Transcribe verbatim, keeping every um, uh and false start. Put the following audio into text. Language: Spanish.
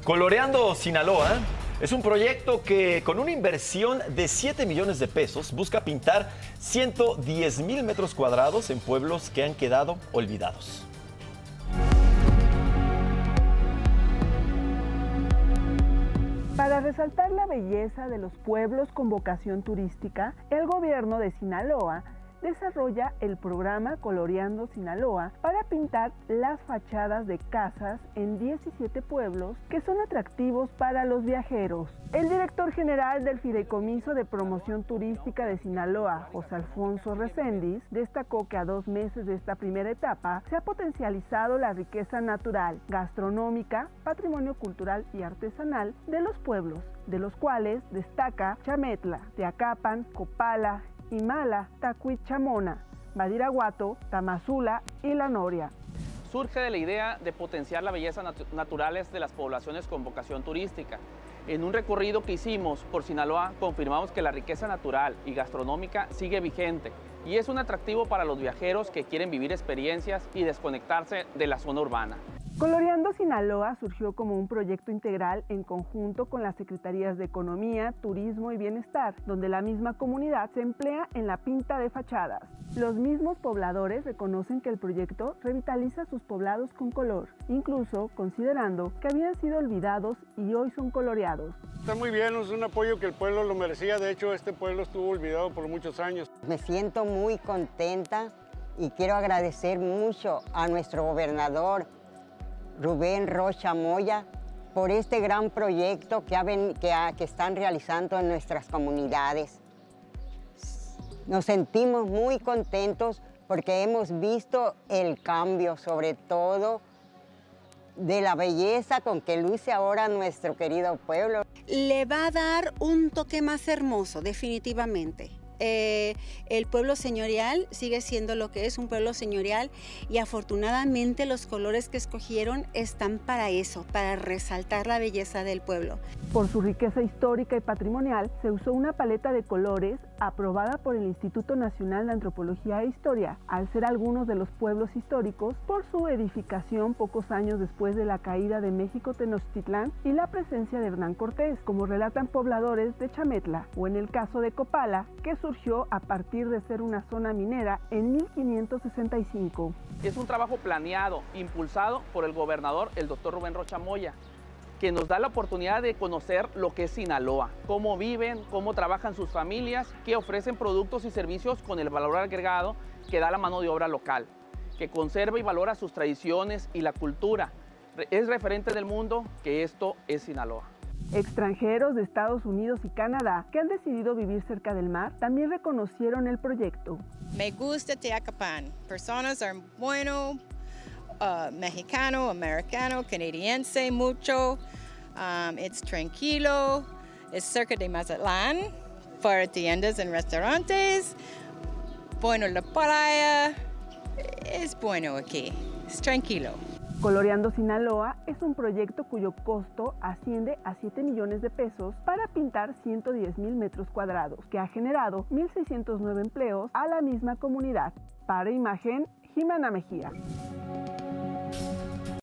Coloreando Sinaloa es un proyecto que con una inversión de siete millones de pesos busca pintar ciento diez mil metros cuadrados en pueblos que han quedado olvidados. Para resaltar la belleza de los pueblos con vocación turística, el gobierno de Sinaloa desarrolla el programa Coloreando Sinaloa para pintar las fachadas de casas en diecisiete pueblos que son atractivos para los viajeros. El director general del Fideicomiso de Promoción Turística de Sinaloa, José Alfonso Recendis, destacó que a dos meses de esta primera etapa se ha potencializado la riqueza natural, gastronómica, patrimonio cultural y artesanal de los pueblos, de los cuales destaca Chametla, Teacapan, Copala, Imala, Tacuichamona, Badiraguato, Tamazula y La Noria. Surge de la idea de potenciar la belleza nat naturales de las poblaciones con vocación turística. En un recorrido que hicimos por Sinaloa, confirmamos que la riqueza natural y gastronómica sigue vigente y es un atractivo para los viajeros que quieren vivir experiencias y desconectarse de la zona urbana. Coloreando Sinaloa surgió como un proyecto integral en conjunto con las Secretarías de Economía, Turismo y Bienestar, donde la misma comunidad se emplea en la pinta de fachadas. Los mismos pobladores reconocen que el proyecto revitaliza sus poblados con color, incluso considerando que habían sido olvidados y hoy son coloreados. Está muy bien, es un apoyo que el pueblo lo merecía. De hecho, este pueblo estuvo olvidado por muchos años. Me siento muy contenta y quiero agradecer mucho a nuestro gobernador, Rubén Rocha Moya, por este gran proyecto que, ha ven, que, ha, que están realizando en nuestras comunidades. Nos sentimos muy contentos porque hemos visto el cambio, sobre todo de la belleza con que luce ahora nuestro querido pueblo. Le va a dar un toque más hermoso, definitivamente. Eh, el pueblo señorial sigue siendo lo que es, un pueblo señorial, y afortunadamente los colores que escogieron están para eso, para resaltar la belleza del pueblo. Por su riqueza histórica y patrimonial, se usó una paleta de colores aprobada por el Instituto Nacional de Antropología e Historia, al ser algunos de los pueblos históricos por su edificación pocos años después de la caída de México Tenochtitlán y la presencia de Hernán Cortés, como relatan pobladores de Chametla, o en el caso de Copala, que surgió a partir de ser una zona minera en mil quinientos sesenta y cinco. Es un trabajo planeado, impulsado por el gobernador, el doctor Rubén Rocha Moya, que nos da la oportunidad de conocer lo que es Sinaloa, cómo viven, cómo trabajan sus familias, que ofrecen productos y servicios con el valor agregado que da la mano de obra local, que conserva y valora sus tradiciones y la cultura. Es referente del mundo que esto es Sinaloa. Extranjeros de Estados Unidos y Canadá que han decidido vivir cerca del mar también reconocieron el proyecto. Me gusta Teacapan. Personas son buenos, uh, mexicano, americano, canadiense, mucho. Um, it's tranquilo. Es cerca de Mazatlán, para tiendas y restaurantes. Bueno, la playa es bueno aquí. Es tranquilo. Coloreando Sinaloa es un proyecto cuyo costo asciende a siete millones de pesos para pintar ciento diez mil metros cuadrados, que ha generado mil seiscientos nueve empleos a la misma comunidad. Para Imagen, Jimena Mejía.